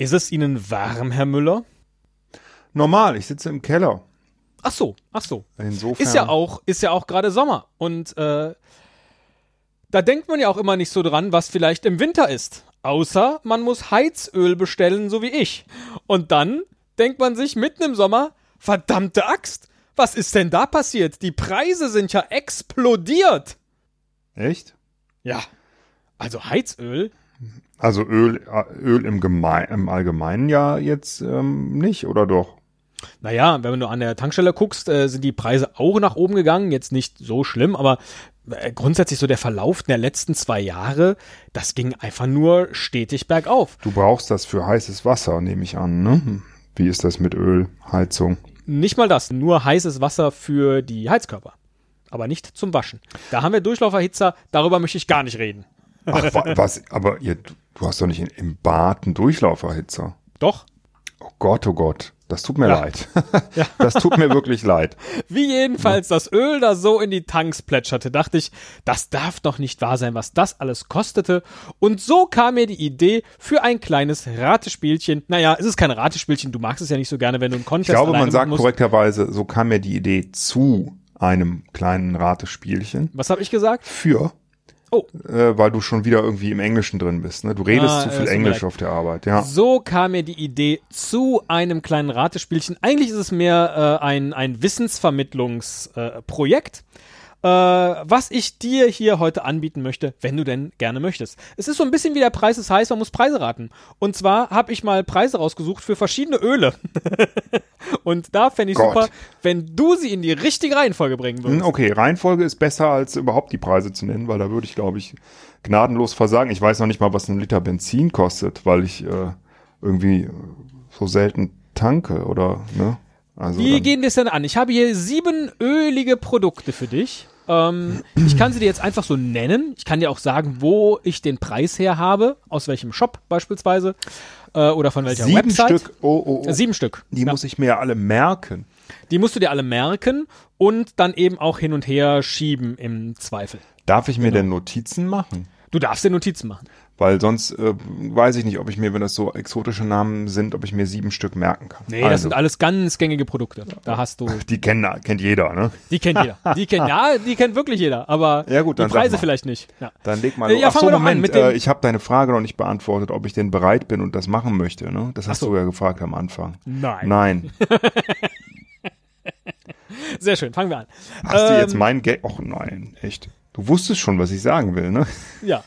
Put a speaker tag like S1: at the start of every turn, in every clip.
S1: Ist es Ihnen warm, Herr Müller?
S2: Normal, ich sitze im Keller.
S1: Ach so.
S2: Insofern.
S1: Ist ja auch gerade Sommer. Und da denkt man ja auch immer nicht so dran, was vielleicht im Winter ist. Außer man muss Heizöl bestellen, so wie ich. Und dann denkt man sich mitten im Sommer, verdammte Axt, was ist denn da passiert? Die Preise sind ja explodiert.
S2: Echt?
S1: Ja, also Heizöl.
S2: Also Öl im Allgemeinen ja jetzt nicht, oder doch?
S1: Naja, wenn du an der Tankstelle guckst, sind die Preise auch nach oben gegangen. Jetzt nicht so schlimm, aber grundsätzlich so der Verlauf der letzten 2 Jahre, das ging einfach nur stetig bergauf.
S2: Du brauchst das für heißes Wasser, nehme ich an, ne? Wie ist das mit Ölheizung?
S1: Nicht mal das, nur heißes Wasser für die Heizkörper, aber nicht zum Waschen. Da haben wir Durchlauferhitzer, darüber möchte ich gar nicht reden.
S2: Ach, was? Aber du hast doch nicht im Bad einen Durchlauferhitzer.
S1: Doch.
S2: Oh Gott. Das tut mir leid.
S1: Ja.
S2: Das tut mir wirklich leid.
S1: Wie jedenfalls das Öl da so in die Tanks plätscherte, dachte ich, das darf doch nicht wahr sein, was das alles kostete. Und so kam mir die Idee für ein kleines Ratespielchen. Naja, es ist kein Ratespielchen, du magst es ja nicht so gerne, wenn du einen Contest
S2: Ich glaube, man sagt
S1: musst.
S2: korrekterweise, so kam mir die Idee zu einem kleinen Ratespielchen.
S1: Was habe ich gesagt?
S2: Weil du schon wieder irgendwie im Englischen drin bist. Ne? Du redest zu viel Englisch auf der Arbeit. Ja.
S1: So kam mir die Idee zu einem kleinen Ratespielchen. Eigentlich ist es mehr ein Wissensvermittlungsprojekt, was ich dir hier heute anbieten möchte, wenn du denn gerne möchtest. Es ist so ein bisschen wie der Preis ist heiß, man muss Preise raten. Und zwar habe ich mal Preise rausgesucht für verschiedene Öle. Und da fände ich super, wenn du sie in die richtige Reihenfolge bringen würdest.
S2: Okay, Reihenfolge ist besser, als überhaupt die Preise zu nennen, weil da würde ich, glaube ich, gnadenlos versagen. Ich weiß noch nicht mal, was ein Liter Benzin kostet, weil ich irgendwie so selten tanke, oder, ne? Also
S1: wie gehen wir es denn an? Ich habe hier 7 ölige Produkte für dich. Ich kann sie dir jetzt einfach so nennen. Ich kann dir auch sagen, wo ich den Preis her habe, aus welchem Shop beispielsweise oder von welcher
S2: 7
S1: Website.
S2: Stück? Oh.
S1: 7 Stück.
S2: Die muss ich mir ja alle merken.
S1: Die musst du dir alle merken und dann eben auch hin und her schieben im Zweifel.
S2: Darf ich mir denn Notizen machen?
S1: Du darfst dir Notizen machen.
S2: Weil sonst weiß ich nicht, ob ich mir, wenn das so exotische Namen sind, ob ich mir 7 Stück merken kann.
S1: Nee, das sind alles ganz gängige Produkte. Da hast du.
S2: Die kennt jeder, ne?
S1: Die kennt jeder. Die kennt wirklich jeder. Aber
S2: ja, gut,
S1: die
S2: dann
S1: Preise vielleicht nicht. Ja.
S2: Dann leg mal los.
S1: Ja, fangen wir doch an mit dem
S2: ich habe deine Frage noch nicht beantwortet, ob ich denn bereit bin und das machen möchte, ne? Das hast du ja gefragt am Anfang. Nein.
S1: Sehr schön, fangen wir an.
S2: Hast du jetzt meinen Gag? Och nein, echt. Du wusstest schon, was ich sagen will, ne?
S1: Ja.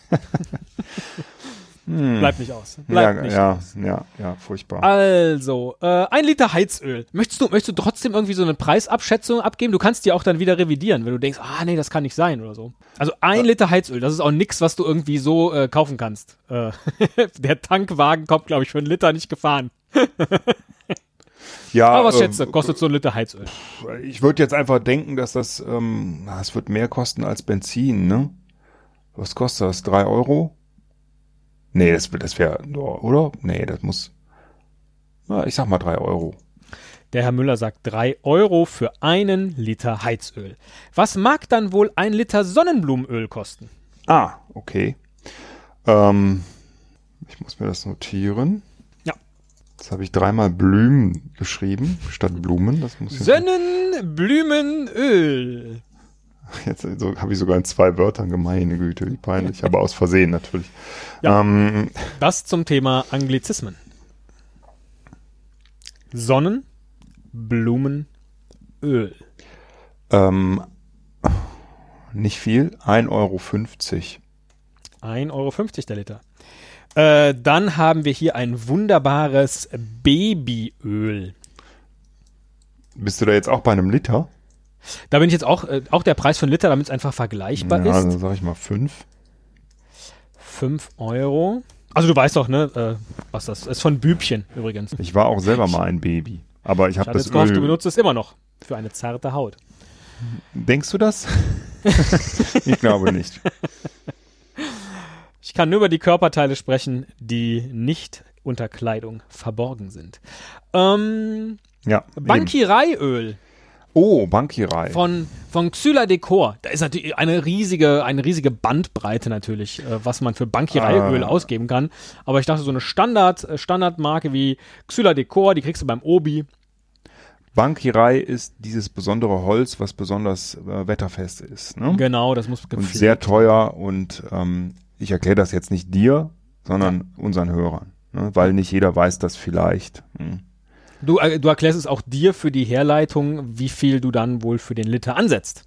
S1: Bleibt nicht aus. Ja,
S2: furchtbar.
S1: Also, 1 Liter Heizöl. Möchtest du trotzdem irgendwie so eine Preisabschätzung abgeben? Du kannst die auch dann wieder revidieren, wenn du denkst, nee, das kann nicht sein oder so. Also 1 Liter Heizöl, das ist auch nix, was du irgendwie so kaufen kannst. Der Tankwagen kommt, glaube ich, für 1 Liter nicht gefahren.
S2: Ja,
S1: aber was schätzt du, kostet so 1 Liter Heizöl?
S2: Ich würde jetzt einfach denken, dass das es wird mehr kosten als Benzin, ne? Was kostet das? 3 Euro? Nee, das wäre, oder? Nee, das muss, ich sag mal 3 Euro.
S1: Der Herr Müller sagt 3 Euro für 1 Liter Heizöl. Was mag dann wohl 1 Liter Sonnenblumenöl kosten?
S2: Okay. Ich muss mir das notieren.
S1: Ja.
S2: Jetzt habe ich 3-mal Blümen geschrieben, statt Blumen. Das muss
S1: Sonnenblumenöl.
S2: Jetzt habe ich sogar in 2 Wörtern, meine Güte, wie peinlich, aber aus Versehen natürlich.
S1: Ja, das zum Thema Anglizismen. Sonnenblumenöl.
S2: Nicht viel, 1,50 Euro.
S1: 1,50 Euro der Liter. Dann haben wir hier ein wunderbares Babyöl.
S2: Bist du da jetzt auch bei einem Liter?
S1: Da bin ich jetzt auch der Preis von Liter, damit es einfach vergleichbar ist.
S2: Ja, dann sage ich mal 5.
S1: 5 Euro. Also du weißt doch, ne, was das ist, von Bübchen übrigens.
S2: Ich war auch selber mal ein Baby, aber ich habe das
S1: jetzt gehofft, du benutzt es immer noch für eine zarte Haut.
S2: Denkst du das? Ich glaube nicht.
S1: Ich kann nur über die Körperteile sprechen, die nicht unter Kleidung verborgen sind.
S2: Ja.
S1: Bankireiöl.
S2: Oh, Bankirai.
S1: Von Xyla Decor. Da ist natürlich eine riesige Bandbreite natürlich, was man für Bankirai-Öl ausgeben kann. Aber ich dachte, so eine Standardmarke wie Xyla Decor, die kriegst du beim Obi.
S2: Bankirai ist dieses besondere Holz, was besonders wetterfest ist. Ne?
S1: Genau, das muss
S2: gepflegt. Und sehr teuer und ich erkläre das jetzt nicht dir, sondern unseren Hörern. Ne? Weil nicht jeder weiß das vielleicht.
S1: Du erklärst es auch dir für die Herleitung, wie viel du dann wohl für den Liter ansetzt.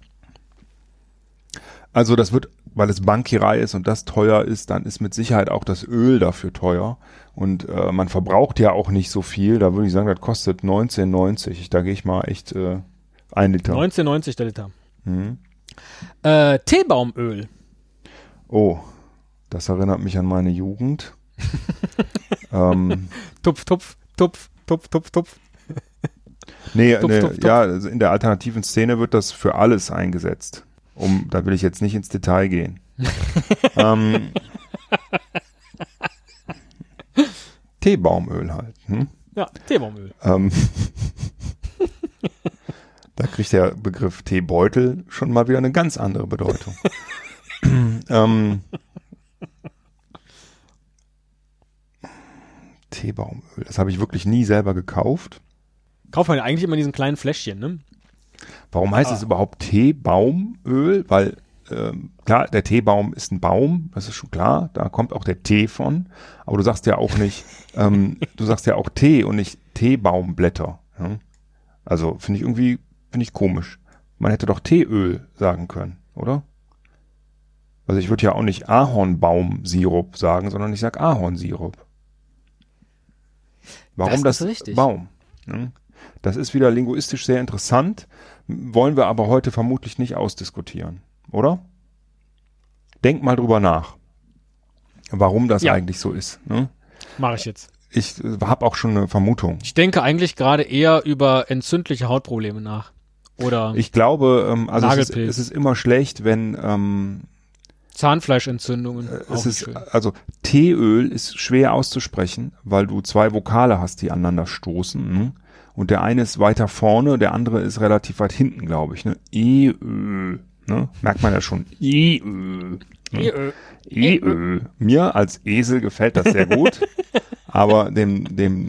S2: Also das wird, weil es Bankirai ist und das teuer ist, dann ist mit Sicherheit auch das Öl dafür teuer. Und man verbraucht ja auch nicht so viel. Da würde ich sagen, das kostet 19,90. Da gehe ich mal echt 1 Liter.
S1: 19,90 der Liter. Teebaumöl.
S2: Oh, das erinnert mich an meine Jugend.
S1: Tupf, tupf, tupf. Tupf, tupf, tupf.
S2: Nee,
S1: tupf, tupf, tupf.
S2: Ja, also in der alternativen Szene wird das für alles eingesetzt. Da will ich jetzt nicht ins Detail gehen. Teebaumöl halt.
S1: Ja, Teebaumöl.
S2: Da kriegt der Begriff Teebeutel schon mal wieder eine ganz andere Bedeutung. Teebaumöl. Das habe ich wirklich nie selber gekauft.
S1: Kauft man ja eigentlich immer in diesen kleinen Fläschchen, ne?
S2: Warum heißt es überhaupt Teebaumöl? Weil, klar, der Teebaum ist ein Baum, das ist schon klar, da kommt auch der Tee von. Aber du sagst ja auch nicht, du sagst ja auch Tee und nicht Teebaumblätter. Ja? Also finde ich komisch. Man hätte doch Teeöl sagen können, oder? Also ich würde ja auch nicht Ahornbaumsirup sagen, sondern ich sage Ahornsirup. Warum das
S1: richtig.
S2: Baum? Das ist wieder linguistisch sehr interessant, wollen wir aber heute vermutlich nicht ausdiskutieren, oder? Denk mal drüber nach, warum das eigentlich so ist. Ne?
S1: Mache ich jetzt.
S2: Ich habe auch schon eine Vermutung.
S1: Ich denke eigentlich gerade eher über entzündliche Hautprobleme nach. Oder
S2: ich glaube, also es ist immer schlecht, wenn
S1: Zahnfleischentzündungen.
S2: Also Teeöl ist schwer auszusprechen, weil du 2 Vokale hast, die aneinander stoßen. Ne? Und der eine ist weiter vorne, der andere ist relativ weit hinten, glaube ich. Ne? E-Ö. Ne? Merkt man ja schon. E-Ö. Ne? E-Ö. Mir als Esel gefällt das sehr gut. Aber dem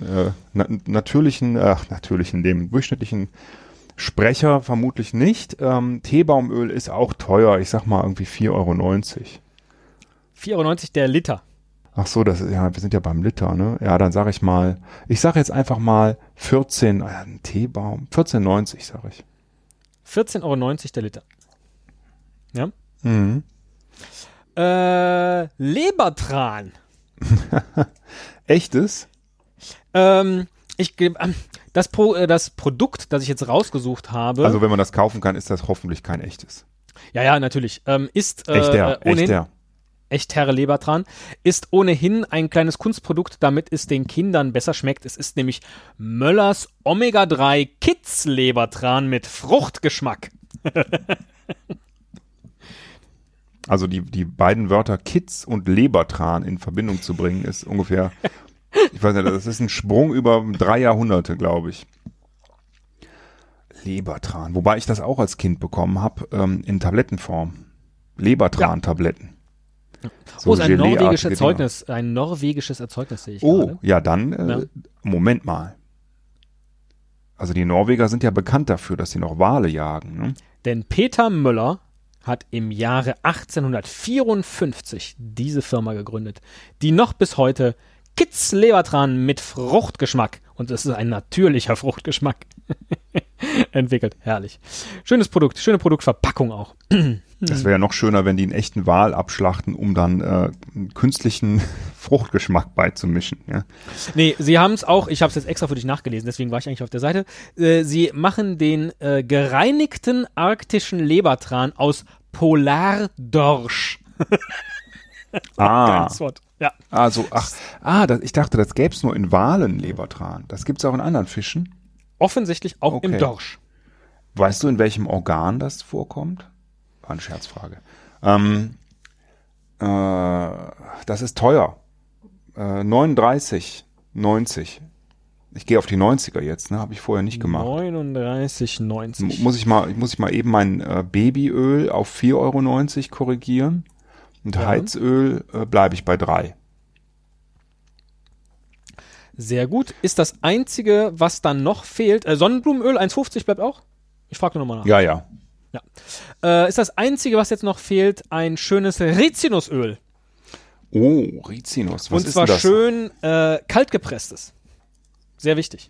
S2: durchschnittlichen Sprecher vermutlich nicht. Teebaumöl ist auch teuer. Ich sag mal irgendwie 4,90 €.
S1: 4,90 € der Liter.
S2: Ach so, wir sind ja beim Liter, ne? Ja, dann sage ich jetzt einfach mal 14,90 sage ich.
S1: 14,90 € der Liter. Ja?
S2: Mhm.
S1: Lebertran.
S2: Echtes?
S1: Das Produkt, das ich jetzt rausgesucht habe.
S2: Also wenn man das kaufen kann, ist das hoffentlich kein echtes.
S1: Ja, natürlich. Ist
S2: Echter.
S1: Echtherre Lebertran, ist ohnehin ein kleines Kunstprodukt, damit es den Kindern besser schmeckt. Es ist nämlich Möllers Omega-3 Kids Lebertran mit Fruchtgeschmack.
S2: Also die beiden Wörter Kids und Lebertran in Verbindung zu bringen, ist ungefähr, ich weiß nicht, das ist ein Sprung über 3 Jahrhunderte, glaube ich. Lebertran, wobei ich das auch als Kind bekommen habe, in Tablettenform. Lebertran-Tabletten.
S1: So ist ein norwegisches Erzeugnis, sehe ich gerade.
S2: Oh, ja dann, Moment mal. Also die Norweger sind ja bekannt dafür, dass sie noch Wale jagen. Ne?
S1: Denn Peter Möller hat im Jahre 1854 diese Firma gegründet, die noch bis heute Kids Lebertran mit Fruchtgeschmack, und es ist ein natürlicher Fruchtgeschmack, entwickelt. Herrlich. Schönes Produkt, schöne Produktverpackung auch.
S2: Das wäre ja noch schöner, wenn die einen echten Wal abschlachten, um dann einen künstlichen Fruchtgeschmack beizumischen. Ja?
S1: Nee, sie haben es auch, ich habe es jetzt extra für dich nachgelesen, deswegen war ich eigentlich auf der Seite. Sie machen den gereinigten arktischen Lebertran aus Polardorsch.
S2: Geiles
S1: Wort. Ja.
S2: Also, ich dachte, das gäbe es nur in Walen, Lebertran. Das gibt es auch in anderen Fischen?
S1: Offensichtlich auch im Dorsch.
S2: Weißt du, in welchem Organ das vorkommt? War eine Scherzfrage. Das ist teuer. 39,90. Ich gehe auf die 90er jetzt, ne? Habe ich vorher nicht gemacht.
S1: 39,90.
S2: Muss ich mal eben mein Babyöl auf 4,90 € korrigieren. Und Heizöl bleibe ich bei 3.
S1: Sehr gut. Ist das einzige, was dann noch fehlt, Sonnenblumenöl 1,50 bleibt auch? Ich frage nur nochmal nach.
S2: Ja.
S1: Ist das einzige, was jetzt noch fehlt, ein schönes Rizinusöl?
S2: Oh, Rizinus. Was
S1: und
S2: ist
S1: zwar
S2: denn das?
S1: schön kaltgepresstes. Sehr wichtig.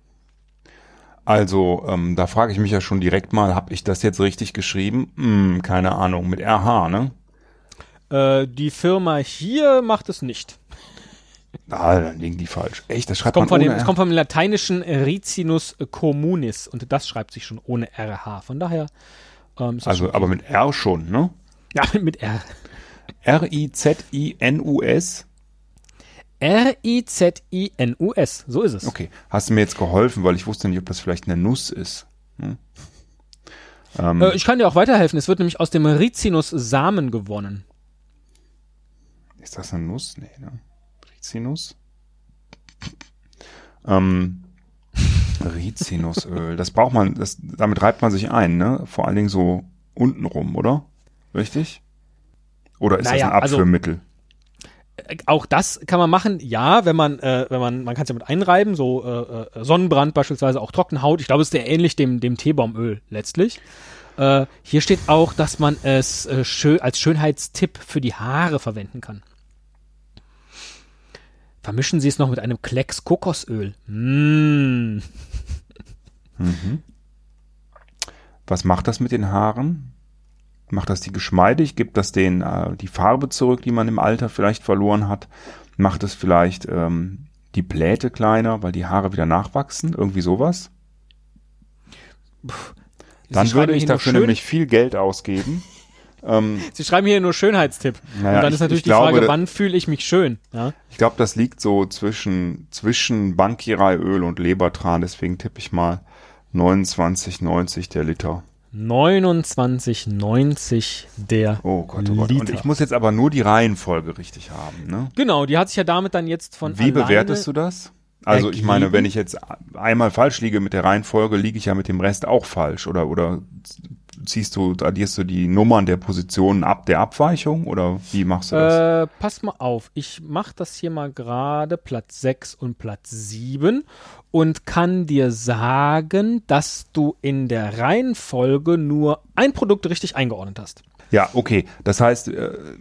S2: Also, da frage ich mich ja schon direkt mal, habe ich das jetzt richtig geschrieben? Keine Ahnung, mit RH, ne?
S1: Die Firma hier macht es nicht.
S2: Dann liegen die falsch. Echt, das schreibt
S1: Es
S2: man ohne
S1: kommt vom lateinischen Ricinus communis und das schreibt sich schon ohne RH. Von daher ist das
S2: Also,
S1: schon okay.
S2: aber mit R schon, ne?
S1: Ja, mit R.
S2: Rizinus.
S1: Rizinus, so ist es.
S2: Okay, hast du mir jetzt geholfen, weil ich wusste nicht, ob das vielleicht eine Nuss ist.
S1: Ich kann dir auch weiterhelfen. Es wird nämlich aus dem Rizinus-Samen gewonnen.
S2: Ist das eine Nuss? Nee, ne? Rizinus? Rizinusöl, das braucht man, damit reibt man sich ein, ne? Vor allen Dingen so unten rum, oder? Richtig? Oder ist das ein Abführmittel?
S1: Auch das kann man machen, ja, wenn man kann es ja mit einreiben, so Sonnenbrand beispielsweise, auch Trockenhaut. Ich glaube, es ist sehr ähnlich dem Teebaumöl letztlich. Hier steht auch, dass man es als Schönheitstipp für die Haare verwenden kann. Vermischen Sie es noch mit einem Klecks Kokosöl.
S2: Was macht das mit den Haaren? Macht das die geschmeidig? Gibt das denen die Farbe zurück, die man im Alter vielleicht verloren hat? Macht es vielleicht die Pläte kleiner, weil die Haare wieder nachwachsen? Irgendwie sowas? Dann würde ich dafür nämlich viel Geld ausgeben.
S1: Sie schreiben hier nur Schönheitstipp.
S2: Naja,
S1: und dann ist natürlich die Frage, wann fühle ich mich schön? Ja?
S2: Ich glaube, das liegt so zwischen Bankirei-Öl und Lebertran. Deswegen tippe ich mal 29,90 der Liter.
S1: 29,90 der
S2: Oh Gott, oh Gott.
S1: Liter.
S2: Und ich muss jetzt aber nur die Reihenfolge richtig haben, ne?
S1: Genau, die hat sich ja damit dann jetzt von
S2: Wie bewertest du das? Also ich meine,
S1: ergeben.
S2: wenn ich jetzt einmal falsch liege mit der Reihenfolge, liege ich ja mit dem Rest auch falsch. Oder addierst du die Nummern der Positionen ab der Abweichung? Oder wie machst du das?
S1: Pass mal auf, ich mache das hier mal gerade, Platz 6 und Platz 7 und kann dir sagen, dass du in der Reihenfolge nur ein Produkt richtig eingeordnet hast.
S2: Ja, okay. Das heißt,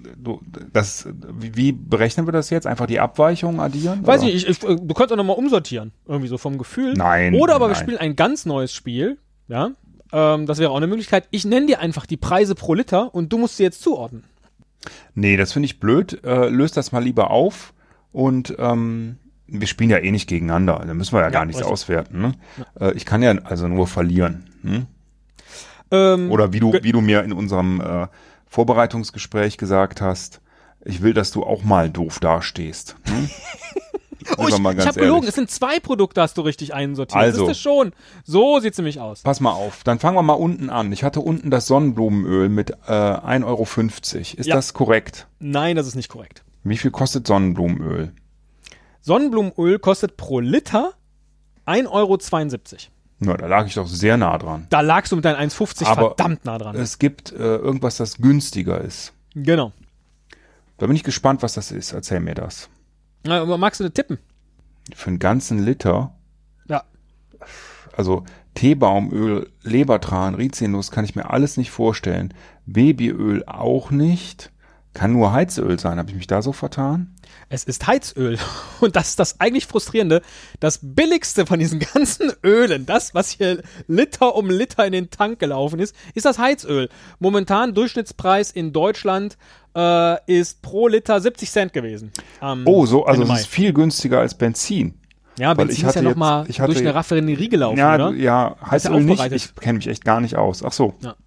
S2: wie berechnen wir das jetzt? Einfach die Abweichung addieren?
S1: Weiß
S2: oder?
S1: nicht, du könntest auch nochmal umsortieren, irgendwie so vom Gefühl.
S2: Nein.
S1: Oder aber wir
S2: nein.
S1: spielen ein ganz neues Spiel, ja. Das wäre auch eine Möglichkeit. Ich nenne dir einfach die Preise pro Liter und du musst sie jetzt zuordnen.
S2: Nee, das finde ich blöd. Löst das mal lieber auf und wir spielen ja eh nicht gegeneinander. Da müssen wir ja gar nichts
S1: richtig.
S2: auswerten. Ne? Ja. Ich kann ja also nur verlieren. Hm?
S1: Ähm,
S2: Oder wie du mir in unserem Vorbereitungsgespräch gesagt hast, ich will, dass du auch mal doof dastehst. Hm?
S1: Oh, ich habe gelogen, es sind 2 Produkte, hast du richtig einsortiert.
S2: Also.
S1: Das ist das schon. So sieht's nämlich aus.
S2: Pass mal auf, dann fangen wir mal unten an. Ich hatte unten das Sonnenblumenöl mit 1,50 €. Ist das korrekt?
S1: Nein, das ist nicht korrekt.
S2: Wie viel kostet Sonnenblumenöl?
S1: Sonnenblumenöl kostet pro Liter 1,72 €.
S2: Na, da lag ich doch sehr nah dran.
S1: Da lagst du mit deinen 1,50
S2: Aber
S1: verdammt nah dran.
S2: Es gibt irgendwas, das günstiger ist.
S1: Genau.
S2: Da bin ich gespannt, was das ist. Erzähl mir das.
S1: Aber magst du das tippen?
S2: Für einen ganzen Liter?
S1: Ja.
S2: Also Teebaumöl, Lebertran, Rizinus kann ich mir alles nicht vorstellen. Babyöl auch nicht. Kann nur Heizöl sein. Habe ich mich da so vertan?
S1: Es ist Heizöl. Und das ist das eigentlich Frustrierende. Das billigste von diesen ganzen Ölen, das, was hier Liter um Liter in den Tank gelaufen ist das Heizöl. Momentan Durchschnittspreis in Deutschland ist pro Liter 70 Cent gewesen.
S2: Also es ist viel günstiger als Benzin.
S1: Ja, Benzin ist ja nochmal durch eine Raffinerie gelaufen, oder?
S2: Ja, Heizöl nicht. Ich kenne mich echt gar nicht aus. Ach so.
S1: Ja.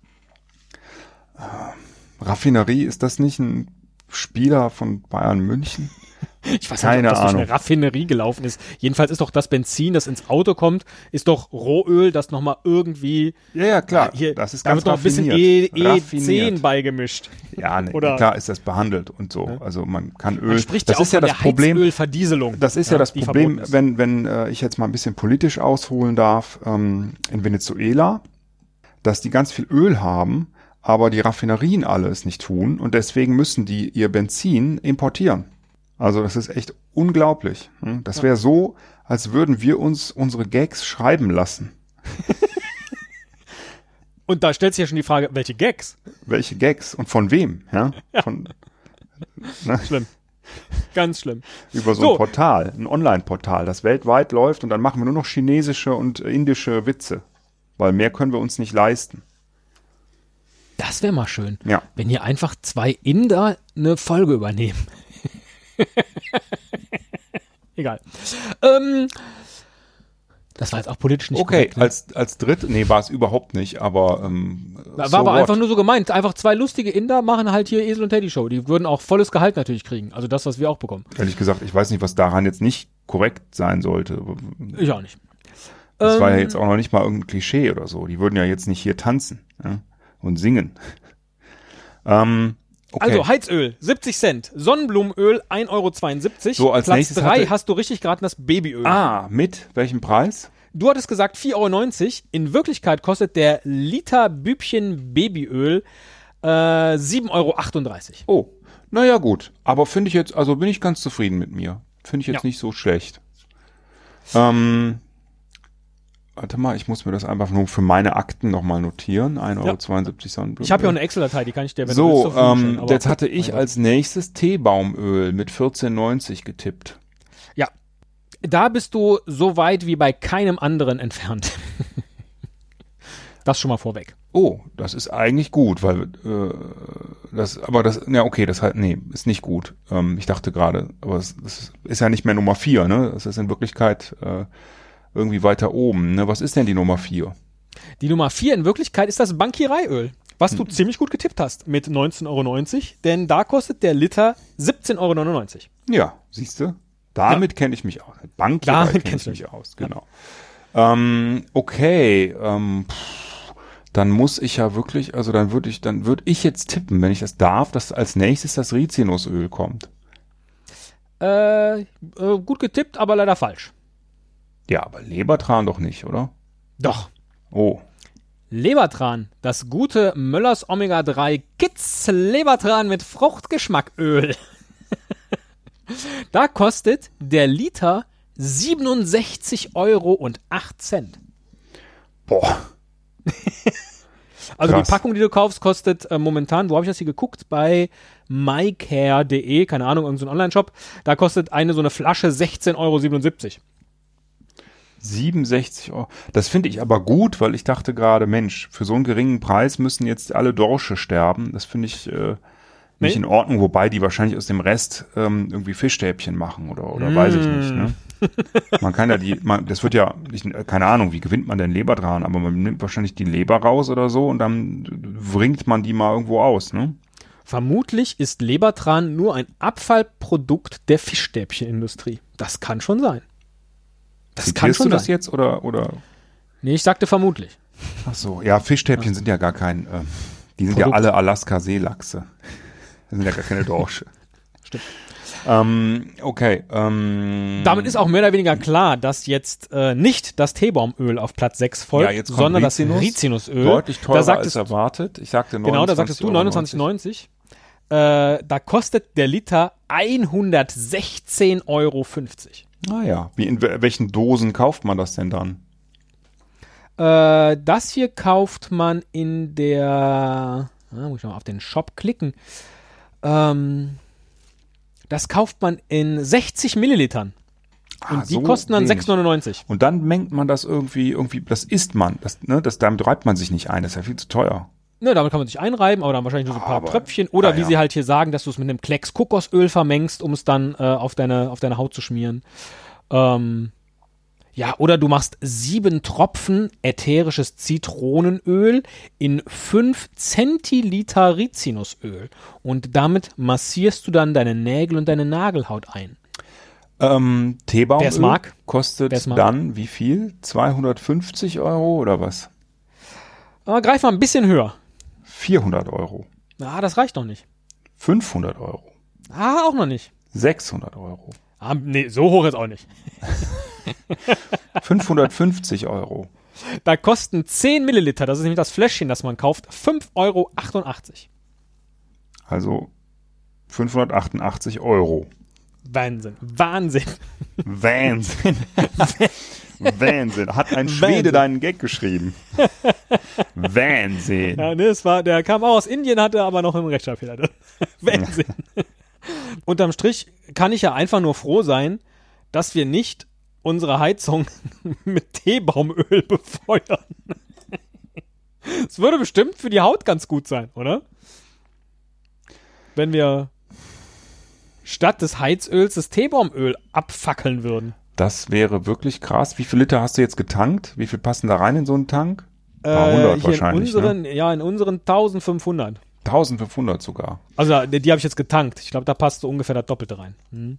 S2: Raffinerie, ist das nicht ein Spieler von Bayern München?
S1: Ich weiß nicht, ob das durch eine Raffinerie gelaufen ist. Jedenfalls ist doch das Benzin, das ins Auto kommt, ist doch Rohöl, das nochmal irgendwie...
S2: Ja, klar.
S1: Hier,
S2: das ist
S1: da
S2: ganz
S1: wird noch ein bisschen E10 beigemischt.
S2: Ja, nee,
S1: Oder,
S2: klar ist das behandelt und so. Also man kann Öl...
S1: Man spricht
S2: das
S1: ja auch
S2: ist ja
S1: von
S2: das
S1: der
S2: Problem.
S1: Heizölverdieselung.
S2: Das ist ja das Problem, wenn ich jetzt mal ein bisschen politisch ausholen darf, in Venezuela, dass die ganz viel Öl haben, aber die Raffinerien alles nicht tun und deswegen müssen die ihr Benzin importieren. Also das ist echt unglaublich. Das wäre so, als würden wir uns unsere Gags schreiben lassen.
S1: Und da stellt sich ja schon die Frage, welche Gags?
S2: Welche Gags und von wem? Ja? Von,
S1: ne? Schlimm. Ganz schlimm.
S2: Über so ein Portal, ein Online-Portal, das weltweit läuft und dann machen wir nur noch chinesische und indische Witze, weil mehr können wir uns nicht leisten.
S1: Das wäre mal schön,
S2: ja.
S1: Wenn hier einfach 2 Inder eine Folge übernehmen. Egal. Das war jetzt auch politisch nicht
S2: korrekt.
S1: Okay,
S2: als dritt, nee, war es überhaupt nicht, aber
S1: war aber einfach nur so gemeint. Einfach 2 lustige Inder machen halt hier Esel und Teddy Show. Die würden auch volles Gehalt natürlich kriegen. Also das, was wir auch bekommen.
S2: Ehrlich gesagt, ich weiß nicht, was daran jetzt nicht korrekt sein sollte.
S1: Ich auch nicht.
S2: Das war ja jetzt auch noch nicht mal irgendein Klischee oder so. Die würden ja jetzt nicht hier tanzen, ja, und singen. Okay.
S1: Also Heizöl, 70 Cent. Sonnenblumenöl, 1,72 €.
S2: So, als
S1: Platz
S2: nächstes
S1: 3 hast du richtig geraten, das Babyöl.
S2: Mit welchem Preis?
S1: Du hattest gesagt 4,90 €. In Wirklichkeit kostet der Liter Bübchen Babyöl 7,38 €.
S2: Oh, naja gut. Aber finde ich jetzt, also bin ich ganz zufrieden mit mir. Finde ich jetzt nicht so schlecht. Warte mal, ich muss mir das einfach nur für meine Akten nochmal notieren. 1,72 € Sonnenblumenöl.
S1: Ich habe ja auch eine Excel-Datei, die kann ich dir, wenn
S2: du willst,
S1: zur Verfügung stellen.
S2: Jetzt hatte ich als nächstes Teebaumöl mit 14,90 € getippt.
S1: Ja, da bist du so weit wie bei keinem anderen entfernt. Das schon mal vorweg.
S2: Oh, das ist eigentlich gut, weil ist nicht gut. Ich dachte gerade, aber es ist ja nicht mehr Nummer 4, ne? Das ist in Wirklichkeit irgendwie weiter oben. Ne? Was ist denn die Nummer 4?
S1: Die Nummer 4 in Wirklichkeit ist das Bankireiöl, was du ziemlich gut getippt hast mit 19,90 €, denn da kostet der Liter 17,99 €.
S2: Ja, siehst du? Damit kenne ich mich aus. Bankierei kenne ich mich aus, genau. Okay, dann muss ich ja wirklich, also dann würde ich jetzt tippen, wenn ich das darf, dass als nächstes das Rizinusöl kommt.
S1: Gut getippt, aber leider falsch.
S2: Ja, aber Lebertran doch nicht, oder?
S1: Doch.
S2: Oh.
S1: Lebertran, das gute Möllers Omega-3 Kids Lebertran mit Fruchtgeschmacköl. Da kostet der Liter 67,08 €.
S2: Boah.
S1: Also
S2: Krass.
S1: Die Packung, die du kaufst, kostet momentan, wo habe ich das hier geguckt? Bei mycare.de, keine Ahnung, irgendein Online-Shop. Da kostet so eine Flasche 16,77 €.
S2: 67 €. Das finde ich aber gut, weil ich dachte gerade, Mensch, für so einen geringen Preis müssen jetzt alle Dorsche sterben. Das finde ich nicht in Ordnung, wobei die wahrscheinlich aus dem Rest irgendwie Fischstäbchen machen oder weiß ich nicht. Ne? Man kann ja das wird ja, keine Ahnung, wie gewinnt man denn Lebertran, aber man nimmt wahrscheinlich die Leber raus oder so und dann wringt man die mal irgendwo aus, ne?
S1: Vermutlich ist Lebertran nur ein Abfallprodukt der Fischstäbchenindustrie. Das kann schon sein.
S2: Zitierst du das jetzt oder?
S1: Nee, ich sagte vermutlich.
S2: Ach so, ja, Fischstäbchen sind ja gar kein, die sind ja alle Alaska-Seelachse. Das sind ja gar keine Dorsche.
S1: Stimmt.
S2: Okay.
S1: Damit ist auch mehr oder weniger klar, dass jetzt nicht das Teebaumöl auf Platz 6 folgt, sondern das Rizinusöl.
S2: Deutlich teurer als erwartet. Ich sagte 29,90 €.
S1: Genau, da sagtest du 29,90 €. Da kostet der Liter 116,50 €.
S2: Naja, in welchen Dosen kauft man das denn dann?
S1: Das hier kauft man in der, muss ich mal auf den Shop klicken. Das kauft man in 60 Millilitern. Und die so kosten dann 6,99 €.
S2: Und dann mengt man das irgendwie, das isst man. Damit reibt man sich nicht ein, das ist ja viel zu teuer.
S1: Ne, damit kann man sich einreiben, aber dann wahrscheinlich nur so ein paar Tröpfchen. Oder wie sie halt hier sagen, dass du es mit einem Klecks Kokosöl vermengst, um es dann auf deine Haut zu schmieren. Ja, oder du machst 7 Tropfen ätherisches Zitronenöl in 5 Zentiliter Rizinusöl und damit massierst du dann deine Nägel und deine Nagelhaut ein.
S2: Teebaumöl
S1: mag.
S2: kostet
S1: Wer's mag.
S2: dann wie viel? 250 Euro oder was?
S1: Aber greif mal ein bisschen höher.
S2: 400 Euro.
S1: Das reicht noch nicht.
S2: 500 Euro.
S1: Auch noch nicht.
S2: 600 Euro.
S1: Nee, so hoch ist auch nicht.
S2: 550 Euro.
S1: Da kosten 10 Milliliter, das ist nämlich das Fläschchen, das man kauft, 5,88 Euro.
S2: Also 588 Euro.
S1: Wahnsinn.
S2: Wahnsinn. Wahnsinn. Hat ein Schwede
S1: Wahnsinn.
S2: deinen Gag geschrieben. Wahnsinn.
S1: Ja, ne, der kam auch aus Indien, hatte aber noch einen Rechtschreibfehler drin. Wahnsinn. Unterm Strich kann ich ja einfach nur froh sein, dass wir nicht unsere Heizung mit Teebaumöl befeuern. Es würde bestimmt für die Haut ganz gut sein, oder? Wenn wir statt des Heizöls das Teebaumöl abfackeln würden.
S2: Das wäre wirklich krass. Wie viel Liter hast du jetzt getankt? Wie viel passen da rein in so einen Tank? 100
S1: Hier
S2: wahrscheinlich,
S1: in unseren 1500.
S2: 1500 sogar.
S1: Also die habe ich jetzt getankt. Ich glaube, da passt so ungefähr das Doppelte rein.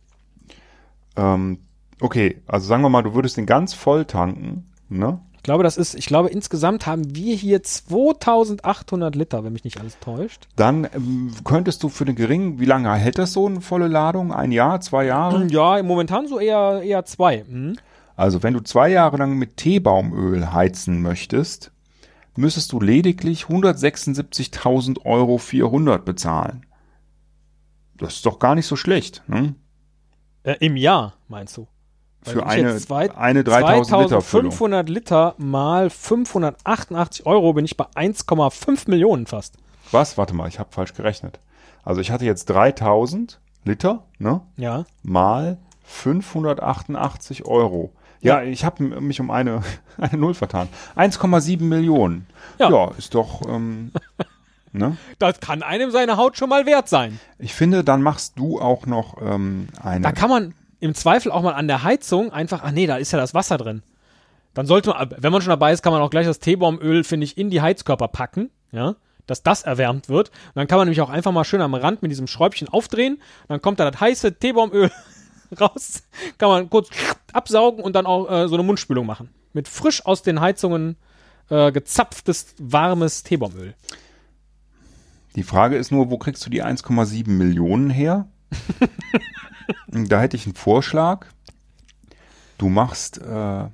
S2: Okay, also sagen wir mal, du würdest den ganz voll tanken, ne?
S1: Ich glaube, insgesamt haben wir hier 2800 Liter, wenn mich nicht alles täuscht.
S2: Dann könntest du für den geringen, wie lange hält das so eine volle Ladung? 1 Jahr, 2 Jahre?
S1: Ja, momentan so eher 2.
S2: Also wenn du 2 Jahre lang mit Teebaumöl heizen möchtest, müsstest du lediglich 176.000 Euro 400 bezahlen. Das ist doch gar nicht so schlecht, ne?
S1: Im Jahr, meinst du?
S2: Für eine 3000 Liter Füllung.
S1: 500 Liter mal 588 Euro bin ich bei 1,5 Millionen fast.
S2: Was? Warte mal, ich habe falsch gerechnet. Also ich hatte jetzt 3000 Liter, ne?
S1: Ja.
S2: Mal 588 Euro. Ja, ich habe mich um eine Null vertan. 1,7 Millionen. Ja, ist doch, ne?
S1: Das kann einem seine Haut schon mal wert sein.
S2: Ich finde, dann machst du auch noch
S1: Da kann man im Zweifel auch mal an der Heizung einfach, da ist ja das Wasser drin. Dann sollte man, wenn man schon dabei ist, kann man auch gleich das Teebaumöl, finde ich, in die Heizkörper packen, ja, dass das erwärmt wird. Und dann kann man nämlich auch einfach mal schön am Rand mit diesem Schräubchen aufdrehen. Und dann kommt da das heiße Teebaumöl raus, kann man kurz absaugen und dann auch so eine Mundspülung machen. Mit frisch aus den Heizungen gezapftes, warmes Teebaumöl.
S2: Die Frage ist nur, wo kriegst du die 1,7 Millionen her? Da hätte ich einen Vorschlag. Du machst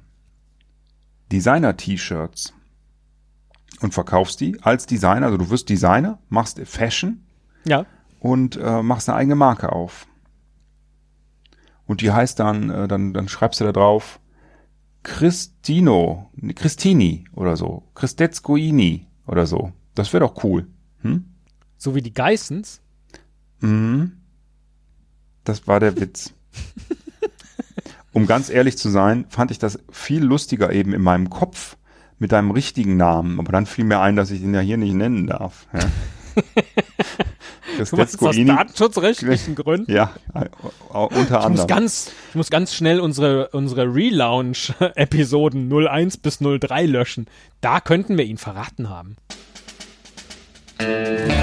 S2: Designer-T-Shirts und verkaufst die als Designer. Also du wirst Designer, machst Fashion und machst eine eigene Marke auf. Und die heißt dann schreibst du da drauf Christini oder so, Christetzkoini oder so. Das wäre doch cool.
S1: So wie die Geissens.
S2: Das war der Witz. Um ganz ehrlich zu sein, fand ich das viel lustiger eben in meinem Kopf mit deinem richtigen Namen. Aber dann fiel mir ein, dass ich ihn ja hier nicht nennen darf. Ja.
S1: Du meinst aus datenschutzrechtlichen Gründen?
S2: Ja, unter anderem.
S1: Ich muss ganz schnell unsere Relaunch-Episoden 01 bis 03 löschen. Da könnten wir ihn verraten haben.